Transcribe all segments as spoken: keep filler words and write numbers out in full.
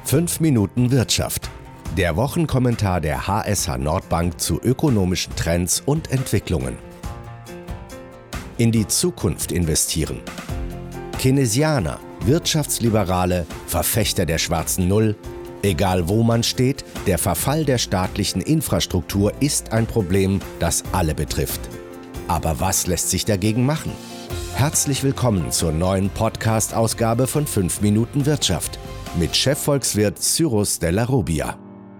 fünf Minuten Wirtschaft. Der Wochenkommentar der H S H Nordbank zu ökonomischen Trends und Entwicklungen. In die Zukunft investieren. Keynesianer, Wirtschaftsliberale, Verfechter der schwarzen Null. Egal wo man steht, der Verfall der staatlichen Infrastruktur ist ein Problem, das alle betrifft. Aber was lässt sich dagegen machen? Herzlich willkommen zur neuen Podcast-Ausgabe von fünf Minuten Wirtschaft mit Chefvolkswirt Cyrus Della Robbia.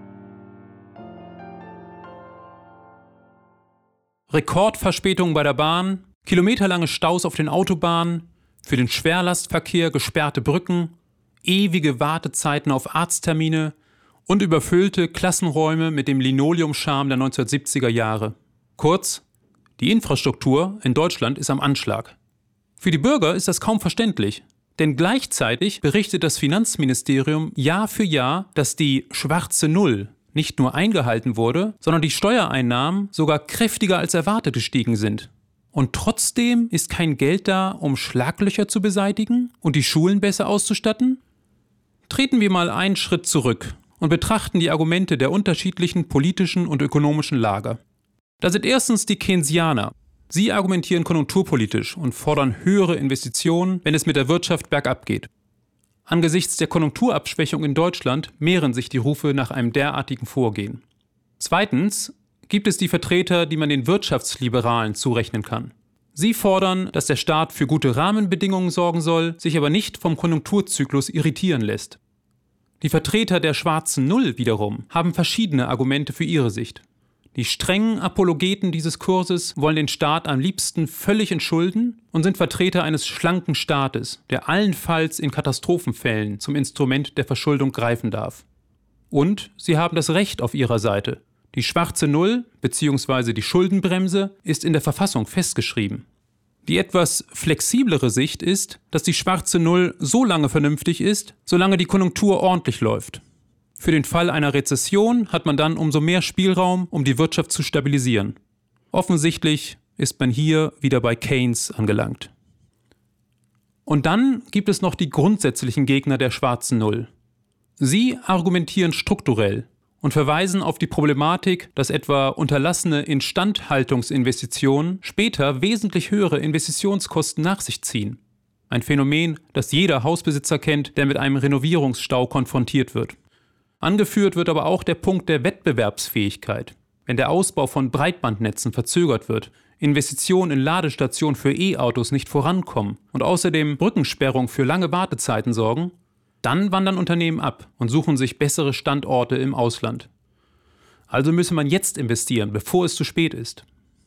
Rekordverspätungen bei der Bahn, kilometerlange Staus auf den Autobahnen, für den Schwerlastverkehr gesperrte Brücken, ewige Wartezeiten auf Arzttermine und überfüllte Klassenräume mit dem Linoleumcharme der neunzehnhundertsiebziger Jahre. Kurz, die Infrastruktur in Deutschland ist am Anschlag. Für die Bürger ist das kaum verständlich, denn gleichzeitig berichtet das Finanzministerium Jahr für Jahr, dass die schwarze Null nicht nur eingehalten wurde, sondern die Steuereinnahmen sogar kräftiger als erwartet gestiegen sind. Und trotzdem ist kein Geld da, um Schlaglöcher zu beseitigen und die Schulen besser auszustatten? Treten wir mal einen Schritt zurück und betrachten die Argumente der unterschiedlichen politischen und ökonomischen Lager. Da sind erstens die Keynesianer. Sie argumentieren konjunkturpolitisch und fordern höhere Investitionen, wenn es mit der Wirtschaft bergab geht. Angesichts der Konjunkturabschwächung in Deutschland mehren sich die Rufe nach einem derartigen Vorgehen. Zweitens gibt es die Vertreter, die man den Wirtschaftsliberalen zurechnen kann. Sie fordern, dass der Staat für gute Rahmenbedingungen sorgen soll, sich aber nicht vom Konjunkturzyklus irritieren lässt. Die Vertreter der schwarzen Null wiederum haben verschiedene Argumente für ihre Sicht. Die strengen Apologeten dieses Kurses wollen den Staat am liebsten völlig entschulden und sind Vertreter eines schlanken Staates, der allenfalls in Katastrophenfällen zum Instrument der Verschuldung greifen darf. Und sie haben das Recht auf ihrer Seite. Die schwarze Null bzw. die Schuldenbremse ist in der Verfassung festgeschrieben. Die etwas flexiblere Sicht ist, dass die schwarze Null so lange vernünftig ist, solange die Konjunktur ordentlich läuft. Für den Fall einer Rezession hat man dann umso mehr Spielraum, um die Wirtschaft zu stabilisieren. Offensichtlich ist man hier wieder bei Keynes angelangt. Und dann gibt es noch die grundsätzlichen Gegner der schwarzen Null. Sie argumentieren strukturell und verweisen auf die Problematik, dass etwa unterlassene Instandhaltungsinvestitionen später wesentlich höhere Investitionskosten nach sich ziehen. Ein Phänomen, das jeder Hausbesitzer kennt, der mit einem Renovierungsstau konfrontiert wird. Angeführt wird aber auch der Punkt der Wettbewerbsfähigkeit. Wenn der Ausbau von Breitbandnetzen verzögert wird, Investitionen in Ladestationen für E-Autos nicht vorankommen und außerdem Brückensperrung für lange Wartezeiten sorgen, dann wandern Unternehmen ab und suchen sich bessere Standorte im Ausland. Also müsse man jetzt investieren, bevor es zu spät ist.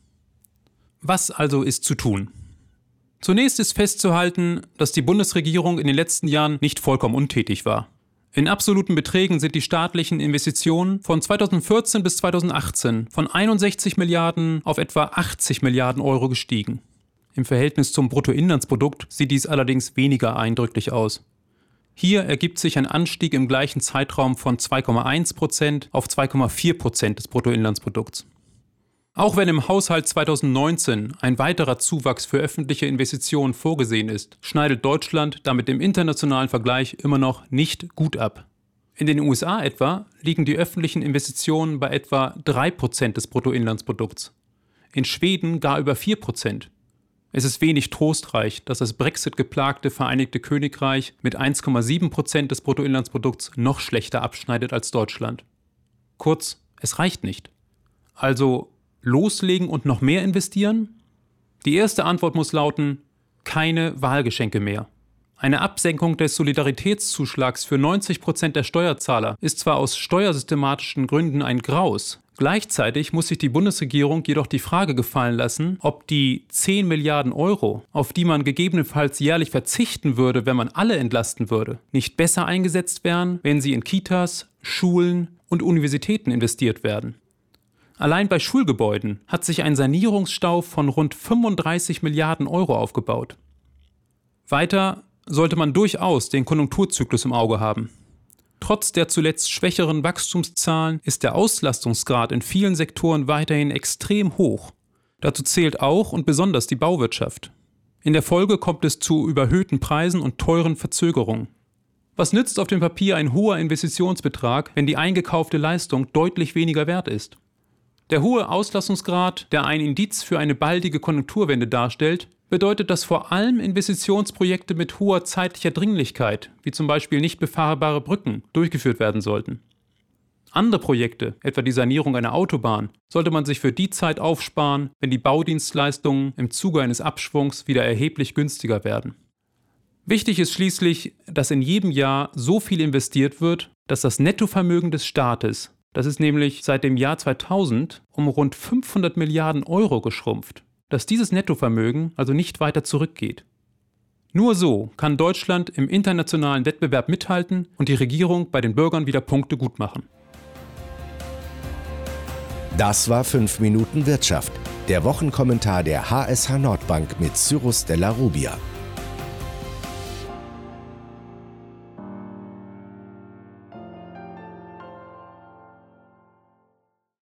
Was also ist zu tun? Zunächst ist festzuhalten, dass die Bundesregierung in den letzten Jahren nicht vollkommen untätig war. In absoluten Beträgen sind die staatlichen Investitionen von zweitausendvierzehn bis zweitausendachtzehn von einundsechzig Milliarden auf etwa achtzig Milliarden Euro gestiegen. Im Verhältnis zum Bruttoinlandsprodukt sieht dies allerdings weniger eindrücklich aus. Hier ergibt sich ein Anstieg im gleichen Zeitraum von zwei Komma eins Prozent auf zwei Komma vier Prozent des Bruttoinlandsprodukts. Auch wenn im Haushalt zweitausendneunzehn ein weiterer Zuwachs für öffentliche Investitionen vorgesehen ist, schneidet Deutschland damit im internationalen Vergleich immer noch nicht gut ab. In den U S A etwa liegen die öffentlichen Investitionen bei etwa drei Prozent des Bruttoinlandsprodukts. In Schweden gar über vier Prozent. Es ist wenig trostreich, dass das Brexit-geplagte Vereinigte Königreich mit eins Komma sieben Prozent des Bruttoinlandsprodukts noch schlechter abschneidet als Deutschland. Kurz, es reicht nicht. Also loslegen und noch mehr investieren? Die erste Antwort muss lauten, keine Wahlgeschenke mehr. Eine Absenkung des Solidaritätszuschlags für neunzig Prozent der Steuerzahler ist zwar aus steuersystematischen Gründen ein Graus, gleichzeitig muss sich die Bundesregierung jedoch die Frage gefallen lassen, ob die zehn Milliarden Euro, auf die man gegebenenfalls jährlich verzichten würde, wenn man alle entlasten würde, nicht besser eingesetzt wären, wenn sie in Kitas, Schulen und Universitäten investiert werden. Allein bei Schulgebäuden hat sich ein Sanierungsstau von rund fünfunddreißig Milliarden Euro aufgebaut. Weiter sollte man durchaus den Konjunkturzyklus im Auge haben. Trotz der zuletzt schwächeren Wachstumszahlen ist der Auslastungsgrad in vielen Sektoren weiterhin extrem hoch. Dazu zählt auch und besonders die Bauwirtschaft. In der Folge kommt es zu überhöhten Preisen und teuren Verzögerungen. Was nützt auf dem Papier ein hoher Investitionsbetrag, wenn die eingekaufte Leistung deutlich weniger wert ist? Der hohe Auslastungsgrad, der ein Indiz für eine baldige Konjunkturwende darstellt, bedeutet, dass vor allem Investitionsprojekte mit hoher zeitlicher Dringlichkeit, wie zum Beispiel nicht befahrbare Brücken, durchgeführt werden sollten. Andere Projekte, etwa die Sanierung einer Autobahn, sollte man sich für die Zeit aufsparen, wenn die Baudienstleistungen im Zuge eines Abschwungs wieder erheblich günstiger werden. Wichtig ist schließlich, dass in jedem Jahr so viel investiert wird, dass das Nettovermögen des Staates, das ist nämlich seit dem Jahr zweitausend um rund fünfhundert Milliarden Euro geschrumpft, dass dieses Nettovermögen also nicht weiter zurückgeht. Nur so kann Deutschland im internationalen Wettbewerb mithalten und die Regierung bei den Bürgern wieder Punkte gut machen. Das war fünf Minuten Wirtschaft, der Wochenkommentar der H S H Nordbank mit Cyrus Della Rubia.